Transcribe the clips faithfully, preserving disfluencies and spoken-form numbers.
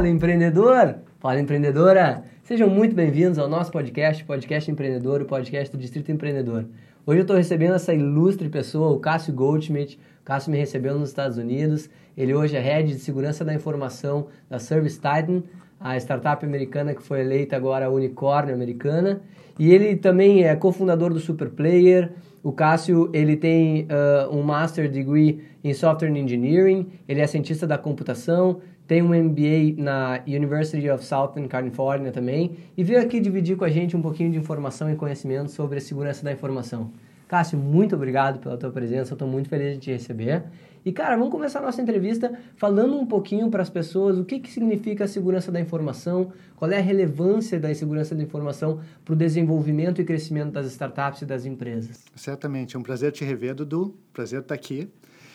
Fala, empreendedor! Fala, empreendedora! Sejam muito bem-vindos ao nosso podcast, Podcast Empreendedor, o podcast do Distrito Empreendedor. Hoje eu estou recebendo essa ilustre pessoa, o Cássio Goldschmidt. O Cássio me recebeu nos Estados Unidos. Ele hoje é Head de Segurança da Informação da ServiceTitan, a startup americana que foi eleita agora a unicórnio americana. E ele também é cofundador do Superplayer. O Cássio, ele tem uh, um Master Degree em Software Engineering, ele é cientista da computação, tem um M B A na University of Southern California também, e veio aqui dividir com a gente um pouquinho de informação e conhecimento sobre a segurança da informação. Cássio, muito obrigado pela tua presença, eu estou muito feliz de te receber. E, cara, vamos começar a nossa entrevista falando um pouquinho para as pessoas o que, que significa a segurança da informação, qual é a relevância da segurança da informação para o desenvolvimento e crescimento das startups e das empresas. Certamente, é um prazer te rever, Dudu, prazer estar aqui.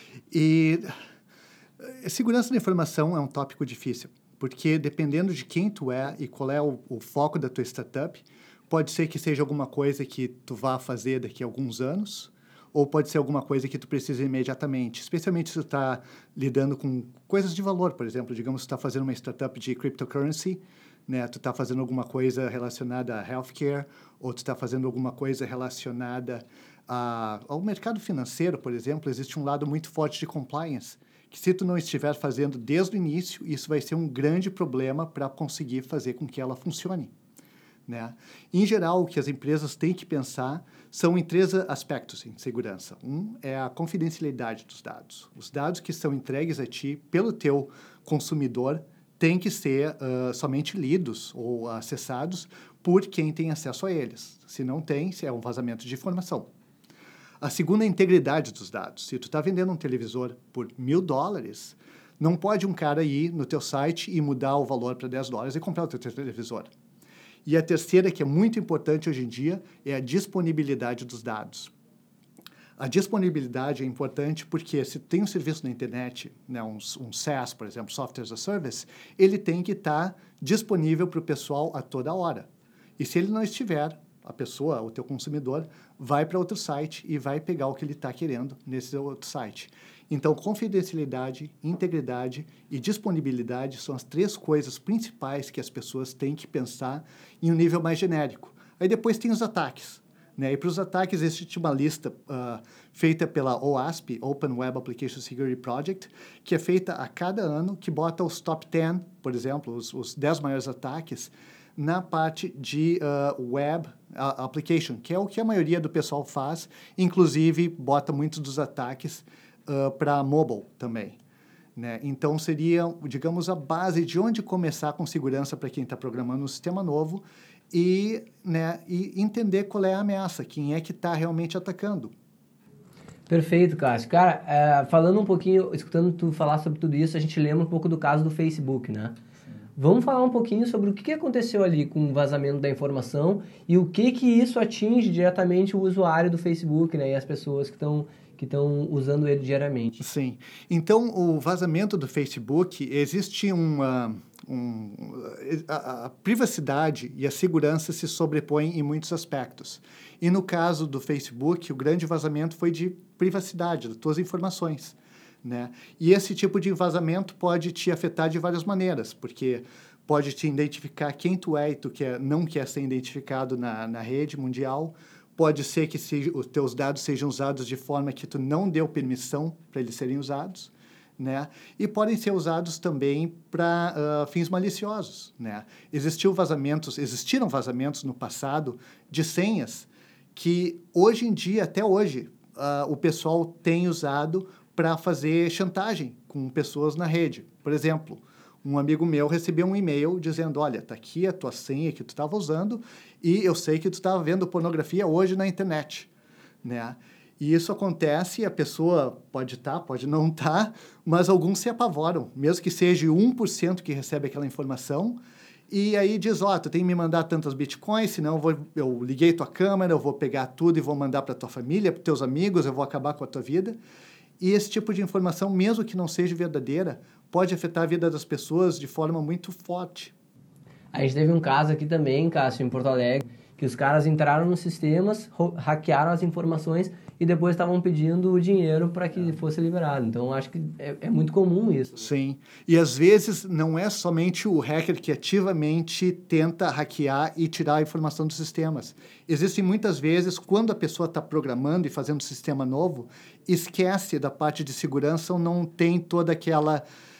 E segurança da informação é um tópico difícil, porque dependendo de quem tu é e qual é o, o foco da tua startup, pode ser que seja alguma coisa que tu vá fazer daqui a alguns anos, ou pode ser alguma coisa que tu precisa imediatamente, especialmente se tu está lidando com coisas de valor, por exemplo, digamos que tu está fazendo uma startup de cryptocurrency, né? Tu está fazendo alguma coisa relacionada a healthcare, ou tu está fazendo alguma coisa relacionada a, ao mercado financeiro, por exemplo, existe um lado muito forte de compliance, que se tu não estiver fazendo desde o início, isso vai ser um grande problema para conseguir fazer com que ela funcione. Né? Em geral, o que as empresas têm que pensar são em três aspectos em segurança. Um é a confidencialidade dos dados. Os dados que são entregues a ti pelo teu consumidor têm que ser uh, somente lidos ou acessados por quem tem acesso a eles. Se não tem, é um vazamento de informação. A segunda é a integridade dos dados. Se tu está vendendo um televisor por mil dólares, não pode um cara ir no teu site e mudar o valor para dez dólares e comprar o teu televisor. E a terceira, que é muito importante hoje em dia, é a disponibilidade dos dados. A disponibilidade é importante porque se tem um serviço na internet, né, um, um SaaS, por exemplo, Software as a Service, ele tem que estar disponível para o pessoal a toda hora. E se ele não estiver, a pessoa, o teu consumidor, vai para outro site e vai pegar o que ele está querendo nesse outro site. Então, confidencialidade, integridade e disponibilidade são as três coisas principais que as pessoas têm que pensar em um nível mais genérico. Aí depois tem os ataques. Né? E para os ataques existe uma lista uh, feita pela OWASP, Open Web Application Security Project, que é feita a cada ano, que bota os top dez, por exemplo, os, os dez maiores ataques, na parte de uh, web uh, application, que é o que a maioria do pessoal faz, inclusive bota muitos dos ataques uh, para mobile também. Né? Então, seria, digamos, a base de onde começar com segurança para quem está programando um sistema novo e, né, e entender qual é a ameaça, quem é que está realmente atacando. Perfeito, Cássio. Cara, é, falando um pouquinho, escutando tu falar sobre tudo isso, a gente lembra um pouco do caso do Facebook, né? Vamos falar um pouquinho sobre o que aconteceu ali com o vazamento da informação e o que, que isso atinge diretamente o usuário do Facebook, né, e as pessoas que estão que estão usando ele diariamente. Sim. Então, o vazamento do Facebook, existe uma... Um, a, a privacidade e a segurança se sobrepõem em muitos aspectos. E no caso do Facebook, o grande vazamento foi de privacidade, das tuas informações. Né? E esse tipo de vazamento pode te afetar de várias maneiras, porque pode te identificar quem tu é e tu quer, não quer ser identificado na, na rede mundial, pode ser que se, os teus dados sejam usados de forma que tu não deu permissão para eles serem usados, né? E podem ser usados também para uh, fins maliciosos. Né? Existiu vazamentos, existiram vazamentos no passado de senhas que hoje em dia, até hoje, uh, o pessoal tem usado para fazer chantagem com pessoas na rede. Por exemplo, um amigo meu recebeu um e-mail dizendo, olha, está aqui a tua senha que tu estava usando e eu sei que tu estava vendo pornografia hoje na internet. Né? E isso acontece e a pessoa pode estar, tá, pode não estar, tá, mas alguns se apavoram, mesmo que seja um por cento que recebe aquela informação, e aí diz, ó, oh, tu tem que me mandar tantas bitcoins, senão eu, vou, eu liguei tua câmera, eu vou pegar tudo e vou mandar para tua família, para teus amigos, eu vou acabar com a tua vida. E esse tipo de informação, mesmo que não seja verdadeira, pode afetar a vida das pessoas de forma muito forte. A gente teve um caso aqui também, Cássio, em Porto Alegre, que os caras entraram nos sistemas, hackearam as informações e depois estavam pedindo o dinheiro para que fosse liberado. Então, acho que é, é muito comum isso. Sim. E, às vezes, não é somente o hacker que ativamente tenta hackear e tirar a informação dos sistemas. Existem muitas vezes, quando a pessoa está programando e fazendo um sistema novo, esquece da parte de segurança ou não tem toda aquela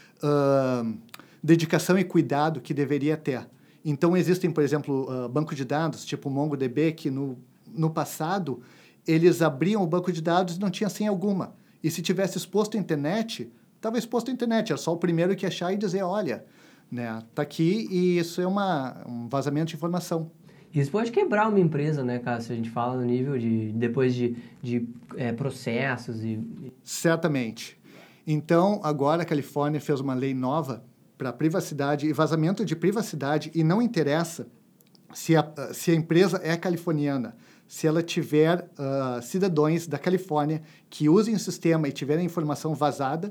uh, dedicação e cuidado que deveria ter. Então, existem, por exemplo, uh, bancos de dados, tipo o MongoDB, que no, no passado eles abriam o banco de dados e não tinha senha alguma. E se tivesse exposto à internet, estava exposto à internet, era só o primeiro que achar e dizer, olha, né, tá aqui e isso é uma, um vazamento de informação. Isso pode quebrar uma empresa, né, cara, se a gente fala no nível de, depois de, de é, processos e... Certamente. Então, agora a Califórnia fez uma lei nova para privacidade e vazamento de privacidade e não interessa se a, se a empresa é californiana. Se ela tiver uh, cidadãos da Califórnia que usem o sistema e tiverem informação vazada,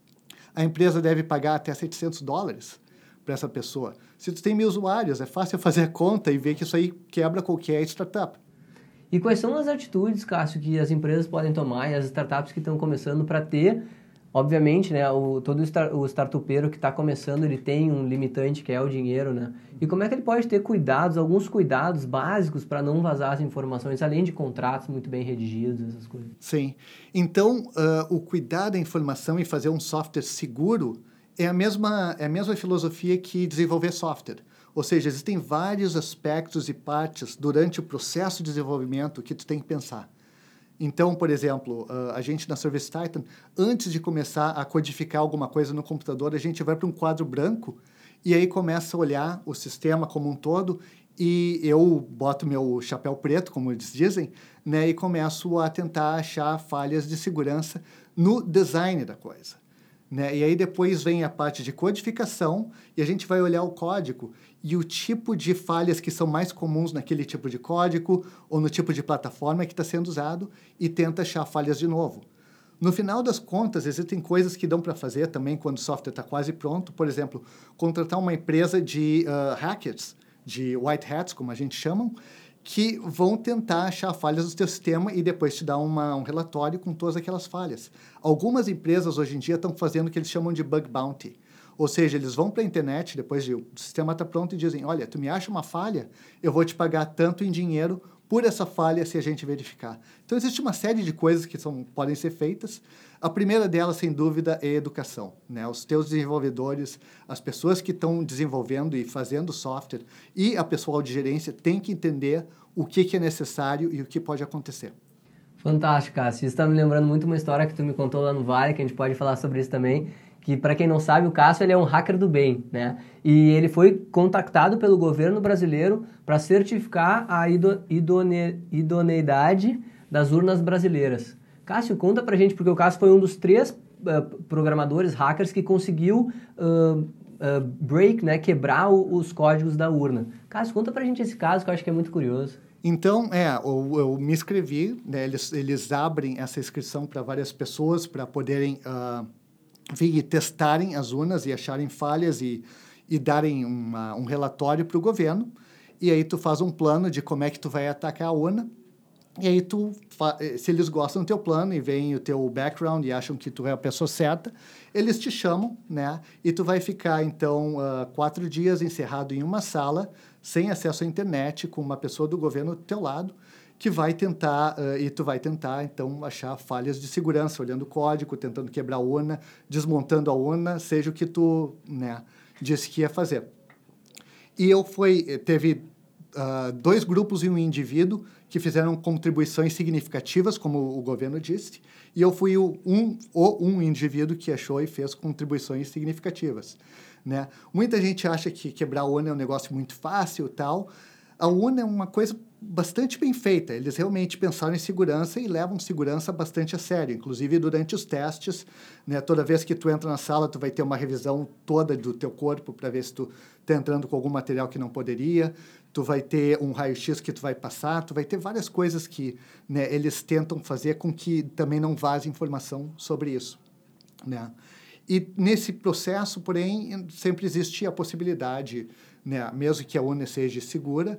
a empresa deve pagar até setecentos dólares para essa pessoa. Se tu tem mil usuários, é fácil fazer a conta e ver que isso aí quebra qualquer startup. E quais são as atitudes, Cássio, que as empresas podem tomar e as startups que estão começando para ter, obviamente, né, o, todo o, start, o startupeiro que está começando, ele tem um limitante que é o dinheiro, né? E como é que ele pode ter cuidados, alguns cuidados básicos para não vazar as informações, além de contratos muito bem redigidos, essas coisas? Sim. Então, uh, o cuidar da informação e fazer um software seguro é a mesma, é a mesma filosofia que desenvolver software. Ou seja, existem vários aspectos e partes durante o processo de desenvolvimento que tu tem que pensar. Então, por exemplo, uh, a gente na Service Titan, antes de começar a codificar alguma coisa no computador, a gente vai para um quadro branco e aí começa a olhar o sistema como um todo e eu boto meu chapéu preto, como eles dizem, né, e começo a tentar achar falhas de segurança no design da coisa. Né? E aí depois vem a parte de codificação e a gente vai olhar o código e o tipo de falhas que são mais comuns naquele tipo de código ou no tipo de plataforma que está sendo usado e tenta achar falhas de novo. No final das contas, existem coisas que dão para fazer também quando o software está quase pronto. Por exemplo, contratar uma empresa de uh, hackers, de white hats, como a gente chama, que vão tentar achar falhas no teu sistema e depois te dar uma, um relatório com todas aquelas falhas. Algumas empresas hoje em dia estão fazendo o que eles chamam de bug bounty. Ou seja, eles vão para a internet, depois de, o sistema está pronto, e dizem, olha, tu me acha uma falha, eu vou te pagar tanto em dinheiro por essa falha se a gente verificar. Então, existe uma série de coisas que são, podem ser feitas. A primeira delas, sem dúvida, é a educação. Né? Os teus desenvolvedores, as pessoas que estão desenvolvendo e fazendo software e a pessoal de gerência têm que entender o que, que é necessário e o que pode acontecer. Fantástico, Cássio. Isso está me lembrando muito uma história que tu me contou lá no Vale, que a gente pode falar sobre isso também, que, para quem não sabe, o Cássio ele é um hacker do bem, né? E ele foi contactado pelo governo brasileiro para certificar a ido, idone, idoneidade das urnas brasileiras. Cássio, conta pra gente, porque o Cássio foi um dos três uh, programadores hackers que conseguiu uh, uh, break, né, quebrar o, os códigos da urna. Cássio, conta pra gente esse caso, que eu acho que é muito curioso. Então, é, eu, eu me inscrevi, né, eles, eles abrem essa inscrição para várias pessoas para poderem uh, vir e testarem as urnas e acharem falhas e, e darem uma, um relatório para o governo. E aí tu faz um plano de como é que tu vai atacar a urna. E aí tu, se eles gostam do teu plano e veem o teu background e acham que tu é a pessoa certa, eles te chamam, né? E tu vai ficar, então, uh, quatro dias encerrado em uma sala, sem acesso à internet, com uma pessoa do governo do teu lado, que vai tentar, uh, e tu vai tentar, então, achar falhas de segurança, olhando o código, tentando quebrar a urna, desmontando a urna, seja o que tu, né, disse que ia fazer. E eu fui, teve uh, dois grupos e um indivíduo que fizeram contribuições significativas, como o governo disse, e eu fui o um, o um indivíduo que achou e fez contribuições significativas. Né? Muita gente acha que quebrar a urna é um negócio muito fácil e tal. A urna é uma coisa bastante bem feita. Eles realmente pensaram em segurança e levam segurança bastante a sério. Inclusive, durante os testes, né, toda vez que tu entra na sala, tu vai ter uma revisão toda do teu corpo para ver se tu está entrando com algum material que não poderia. Tu vai ter um raio-x que tu vai passar. Tu vai ter várias coisas que, né, eles tentam fazer com que também não vaze informação sobre isso. Né? E nesse processo, porém, sempre existe a possibilidade, né, mesmo que a urna seja segura,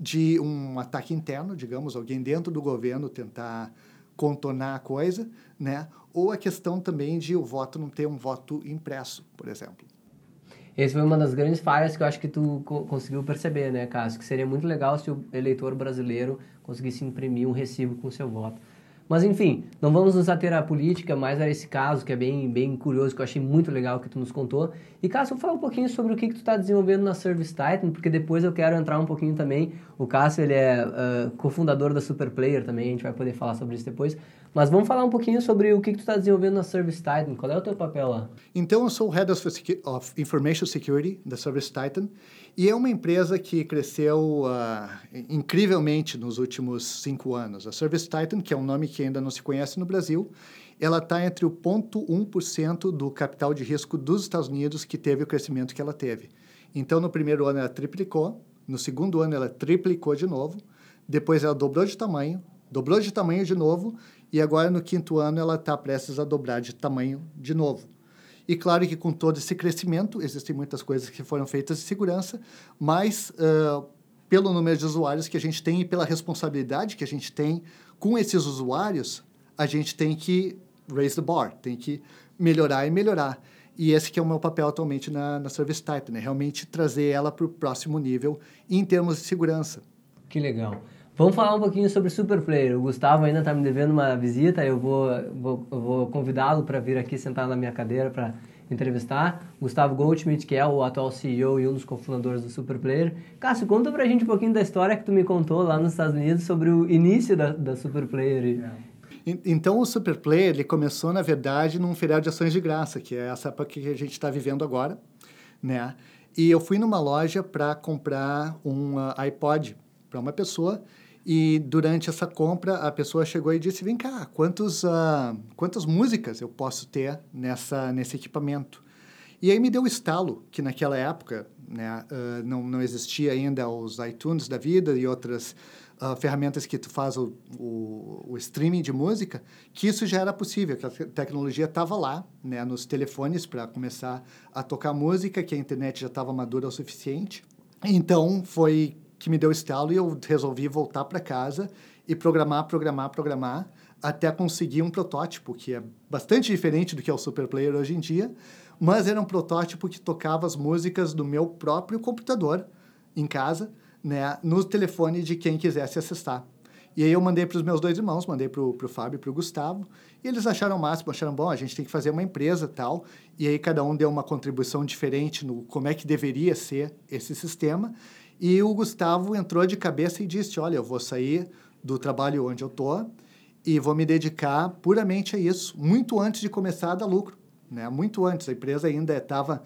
de um ataque interno, digamos, alguém dentro do governo tentar contornar a coisa, né? Ou a questão também de o voto não ter um voto impresso, por exemplo. Essa foi uma das grandes falhas que eu acho que tu co- conseguiu perceber, né, Cássio? Que seria muito legal se o eleitor brasileiro conseguisse imprimir um recibo com o seu voto. Mas, enfim, não vamos nos ater à política, mas a esse caso que é bem, bem curioso, que eu achei muito legal que tu nos contou. E, Cássio, fala um pouquinho sobre o que, que tu está desenvolvendo na Service Titan, porque depois eu quero entrar um pouquinho também. O Cássio, ele é uh, cofundador da Super Player também, a gente vai poder falar sobre isso depois. Mas vamos falar um pouquinho sobre o que, que tu está desenvolvendo na Service Titan. Qual é o teu papel lá? Então, eu sou o Head of, Secu- of Information Security da Service Titan e é uma empresa que cresceu uh, incrivelmente nos últimos cinco anos. A Service Titan, que é um nome que ainda não se conhece no Brasil, ela está entre o zero vírgula um por cento do capital de risco dos Estados Unidos que teve o crescimento que ela teve. Então, no primeiro ano ela triplicou, no segundo ano ela triplicou de novo, depois ela dobrou de tamanho, dobrou de tamanho de novo, e agora no quinto ano ela está prestes a dobrar de tamanho de novo. E claro que com todo esse crescimento, existem muitas coisas que foram feitas de segurança, mas uh, pelo número de usuários que a gente tem e pela responsabilidade que a gente tem com esses usuários, a gente tem que raise the bar, tem que melhorar e melhorar. E esse que é o meu papel atualmente na, na Service Titan, né? Realmente trazer ela para o próximo nível em termos de segurança. Que legal. Vamos falar um pouquinho sobre Super Player. O Gustavo ainda está me devendo uma visita, eu vou, vou, eu vou convidá-lo para vir aqui sentar na minha cadeira para entrevistar. Gustavo Goldschmidt, que é o atual C E O e um dos cofundadores do Super Player. Cássio, conta pra gente um pouquinho da história que tu me contou lá nos Estados Unidos sobre o início da, da Super Player. É. Então, o Super Player, ele começou, na verdade, num feriado de ações de graça, que é essa época que a gente está vivendo agora, né? E eu fui numa loja para comprar um uh, iPod para uma pessoa e durante essa compra a pessoa chegou e disse, vem cá, quantos, uh, quantas músicas eu posso ter nessa, nesse equipamento? E aí me deu o estalo que naquela época, né, uh, não, não existia ainda os iTunes da vida e outras uh, ferramentas que tu faz o, o, o streaming de música, que isso já era possível, que a tecnologia estava lá, né, nos telefones para começar a tocar música, que a internet já estava madura o suficiente. Então foi que me deu estalo e eu resolvi voltar para casa e programar, programar, programar, até conseguir um protótipo, que é bastante diferente do que é o Super Player hoje em dia, mas era um protótipo que tocava as músicas do meu próprio computador, em casa, né, no telefone de quem quisesse acessar. E aí eu mandei para os meus dois irmãos, mandei para o Fábio e para o Gustavo, e eles acharam o máximo, acharam, bom, a gente tem que fazer uma empresa e tal, e aí cada um deu uma contribuição diferente no como é que deveria ser esse sistema. E o Gustavo entrou de cabeça e disse, olha, eu vou sair do trabalho onde eu estou e vou me dedicar puramente a isso, muito antes de começar a dar lucro, né? Muito antes. A empresa ainda estava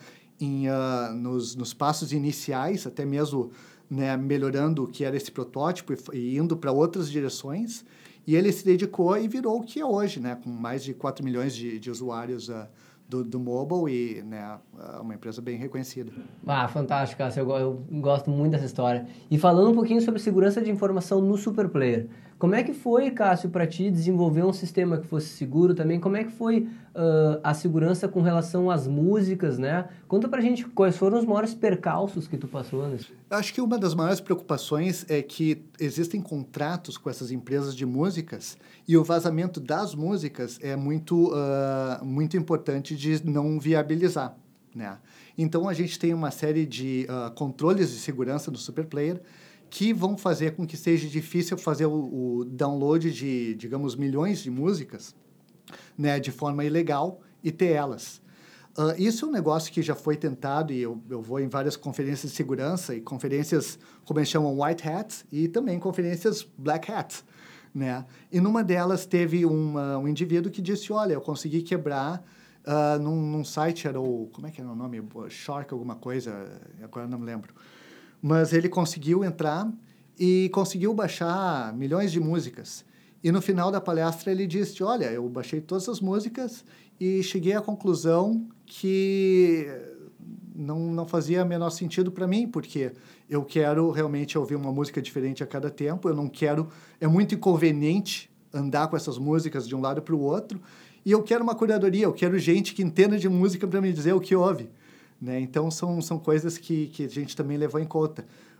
uh, nos, nos passos iniciais, até mesmo, né, melhorando o que era esse protótipo e, e indo para outras direções. E ele se dedicou e virou o que é hoje, né? Com mais de quatro milhões de, de usuários uh, Do, do mobile e, né, uma empresa bem reconhecida. Ah, fantástico, Cássio. Eu, eu gosto muito dessa história. E falando um pouquinho sobre segurança de informação no Super Player, como é que foi, Cássio, para ti desenvolver um sistema que fosse seguro também? Como é que foi uh, a segurança com relação às músicas, né? Conta pra gente quais foram os maiores percalços que tu passou nisso. Acho que uma das maiores preocupações é que existem contratos com essas empresas de músicas e o vazamento das músicas é muito, uh, muito importante de não viabilizar, né? Então, a gente tem uma série de uh, controles de segurança no Super Player que vão fazer com que seja difícil fazer o, o download de, digamos, milhões de músicas, né, de forma ilegal e ter elas. Uh, isso é um negócio que já foi tentado e eu, eu vou em várias conferências de segurança e conferências, como eles chamam, white hats, e também conferências black hats, né? E numa delas teve uma, um indivíduo que disse, olha, eu consegui quebrar uh, num, num site, era o, como é que era o nome? Shark alguma coisa, agora não me lembro. Mas ele conseguiu entrar e conseguiu baixar milhões de músicas. E no final da palestra ele disse, olha, eu baixei todas as músicas e cheguei à conclusão que não, não fazia o menor sentido para mim, porque eu quero realmente ouvir uma música diferente a cada tempo, eu não quero... É muito inconveniente andar com essas músicas de um lado para o outro, e eu quero uma curadoria, eu quero gente que entenda de música para me dizer o que ouve. Né? Então, são, são coisas que, que a gente também levou em conta.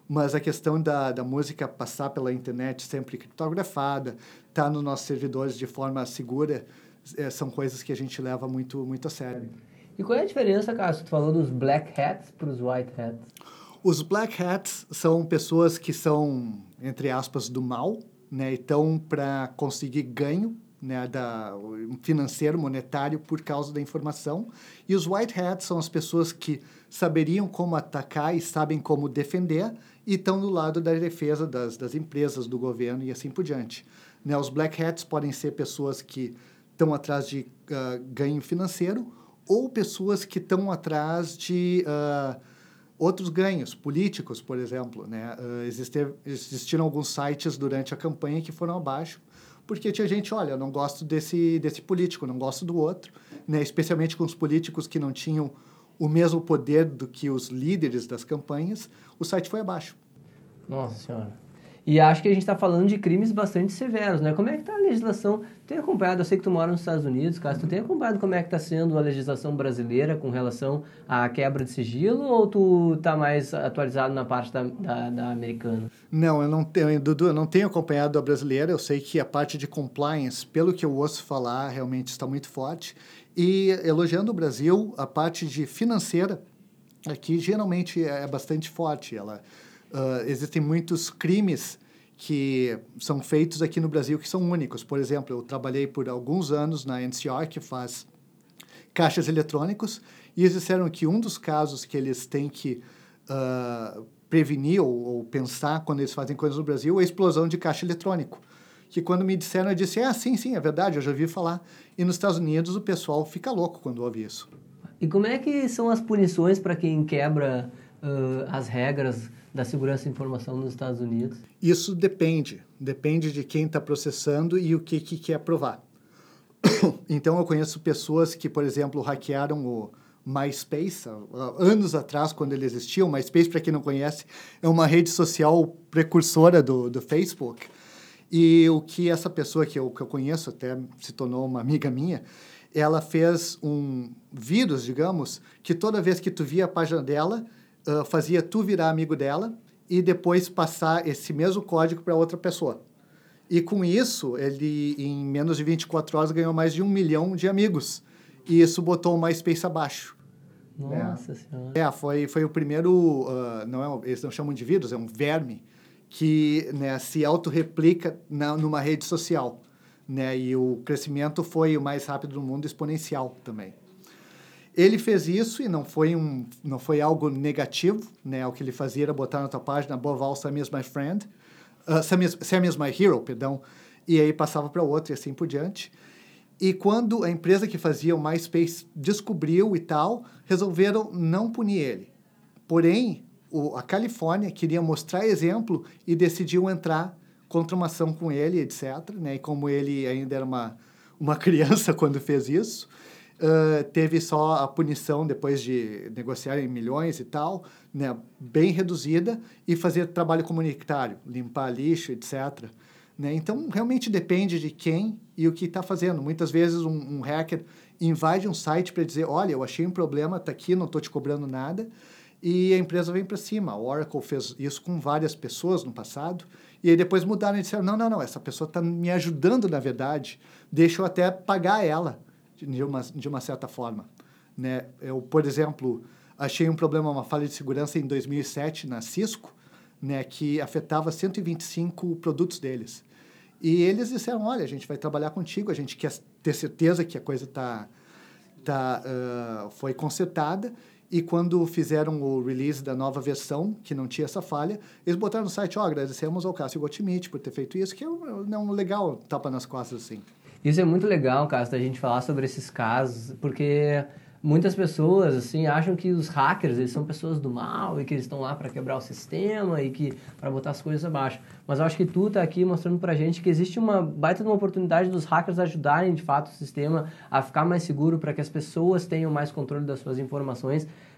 mas a questão da, da música passar pela internet sempre criptografada, tá nos nossos servidores de forma segura, é, são coisas que a gente leva muito, muito a sério. E qual é a diferença, Cássio? Tu falou dos black hats para os white hats. Os black hats são pessoas que são, entre aspas, do mal, né? Então, para conseguir ganho, né, da, financeiro, monetário, por causa da informação. E os white hats são as pessoas que saberiam como atacar e sabem como defender e estão do lado da defesa das, das empresas, do governo e assim por diante. Né, os black hats podem ser pessoas que estão atrás de uh, ganho financeiro ou pessoas que estão atrás de uh, outros ganhos políticos, por exemplo. Né? Uh, existir, existiram alguns sites durante a campanha que foram abaixo, porque tinha gente, olha, eu não gosto desse, desse político, não gosto do outro, né? Especialmente com os políticos que não tinham o mesmo poder do que os líderes das campanhas, o site foi abaixo. Nossa Senhora. E acho que a gente está falando de crimes bastante severos, né? Como é que está a legislação? Tu tem acompanhado, eu sei que tu mora nos Estados Unidos, Cássio, tu tem acompanhado como é que está sendo a legislação brasileira com relação à quebra de sigilo ou tu está mais atualizado na parte da, da, da americana? Não, eu não tenho, Dudu, eu não tenho acompanhado a brasileira, eu sei que a parte de compliance, pelo que eu ouço falar, realmente está muito forte. E elogiando o Brasil, a parte de financeira aqui geralmente é bastante forte. Ela, uh, existem muitos crimes que são feitos aqui no Brasil que são únicos. Por exemplo, eu trabalhei por alguns anos na N C R, que faz caixas eletrônicos, e eles disseram que um dos casos que eles têm que uh, prevenir ou, ou pensar quando eles fazem coisas no Brasil é a explosão de caixa eletrônico. Que quando me disseram, eu disse, ah, sim, sim, é verdade, eu já ouvi falar. E nos Estados Unidos o pessoal fica louco quando ouve isso. E como é que são as punições para quem quebra uh, as regras da segurança de informação nos Estados Unidos? Isso depende. Depende de quem está processando e o que, que quer provar. Então, eu conheço pessoas que, por exemplo, hackearam o MySpace, anos atrás, quando ele existia. O MySpace, para quem não conhece, é uma rede social precursora do, do Facebook. E o que essa pessoa que eu, que eu conheço, até se tornou uma amiga minha, ela fez um vírus, digamos, que toda vez que tu via a página dela, uh, fazia tu virar amigo dela e depois passar esse mesmo código para outra pessoa. E com isso, ele, em menos de vinte e quatro horas, ganhou mais de um milhão de amigos. E isso botou o MySpace abaixo. Nossa é. Senhora. É, foi, foi o primeiro, uh, não é, eles não chamam de vírus, é um verme, que, né, se autorreplica na, numa rede social, né, e o crescimento foi o mais rápido do mundo, exponencial também. Ele fez isso e não foi, um, não foi algo negativo, né, o que ele fazia era botar na tua página, above all, Sam is my friend, uh, Sam, is, Sam is my hero, perdão, e aí passava para outro e assim por diante. E quando a empresa que fazia o MySpace descobriu e tal, resolveram não punir ele. Porém, a Califórnia queria mostrar exemplo e decidiu entrar contra uma ação com ele, etcétera. Né? E como ele ainda era uma, uma criança quando fez isso, uh, teve só a punição depois de negociar em milhões e tal, né? Bem reduzida, e fazer trabalho comunitário, limpar lixo, etcétera. Né? Então, realmente depende de quem e o que está fazendo. Muitas vezes um, um hacker invade um site para dizer, olha, eu achei um problema, está aqui, não estou te cobrando nada, e a empresa vem para cima. A Oracle fez isso com várias pessoas no passado, e aí depois mudaram e disseram, não, não, não, essa pessoa está me ajudando, na verdade, deixa eu até pagar ela, de uma, de uma certa forma. Né? Eu, por exemplo, achei um problema, uma falha de segurança em dois mil e sete na Cisco, né, que afetava cento e vinte e cinco produtos deles. E eles disseram, olha, a gente vai trabalhar contigo, a gente quer ter certeza que a coisa tá, tá, uh, foi consertada. E quando fizeram o release da nova versão, que não tinha essa falha, eles botaram no site, ó, oh, agradecemos ao Cássio Goldschmidt por ter feito isso, que é um, é um legal tapa nas costas, assim. Isso é muito legal, Cássio, da gente falar sobre esses casos, porque muitas pessoas, assim, acham que os hackers, eles são pessoas do mal e que eles estão lá para quebrar o sistema e que para botar as coisas abaixo. Mas eu acho que tu tá aqui mostrando pra gente que existe uma baita de uma oportunidade dos hackers ajudarem, de fato, o sistema a ficar mais seguro para que as pessoas tenham mais controle das suas informações.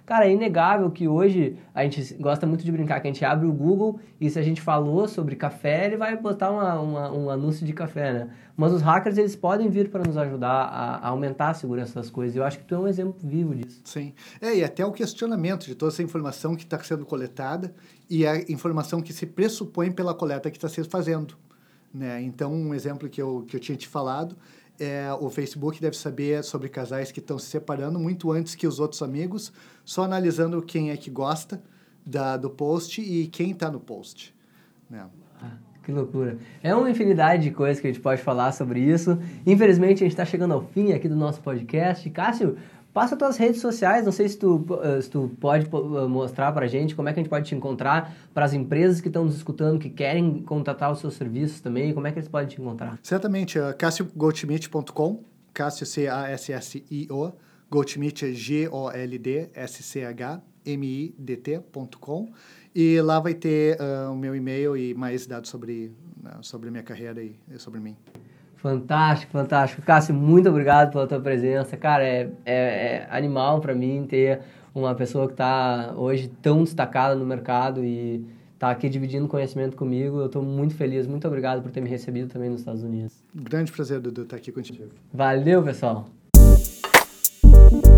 Cara, é inegável que hoje a gente gosta muito de brincar, que a gente abre o Google e se a gente falou sobre café, ele vai botar uma, uma, um anúncio de café, né? Mas os hackers, eles podem vir para nos ajudar a, a aumentar a segurança das coisas. Eu acho que tu é um exemplo vivo disso. Sim. É, e até o questionamento de toda essa informação que está sendo coletada e a informação que se pressupõe pela coleta que está se fazendo, né? Então, um exemplo que eu, que eu tinha te falado é o Facebook deve saber sobre casais que estão se separando muito antes que os outros amigos, só analisando quem é que gosta da, do post e quem está no post, né? Ah, que loucura. É uma infinidade de coisas que a gente pode falar sobre isso. Infelizmente, a gente está chegando ao fim aqui do nosso podcast. Cássio, passa tuas redes sociais, não sei se tu, se tu pode mostrar para a gente como é que a gente pode te encontrar, para as empresas que estão nos escutando, que querem contratar os seus serviços também, como é que eles podem te encontrar? Certamente, é cássio goldschmidt ponto com, Cássio C A S S I O, Goldschmidt é G O L D S C H M I D T ponto com, e lá vai ter uh, o meu e-mail e mais dados sobre, uh, sobre a minha carreira e, e sobre mim. Fantástico, fantástico. Cássio, muito obrigado pela tua presença. Cara, é, é, é animal para mim ter uma pessoa que está hoje tão destacada no mercado e está aqui dividindo conhecimento comigo. Eu estou muito feliz. Muito obrigado por ter me recebido também nos Estados Unidos. Grande prazer, Dudu, estar aqui contigo. Valeu, pessoal.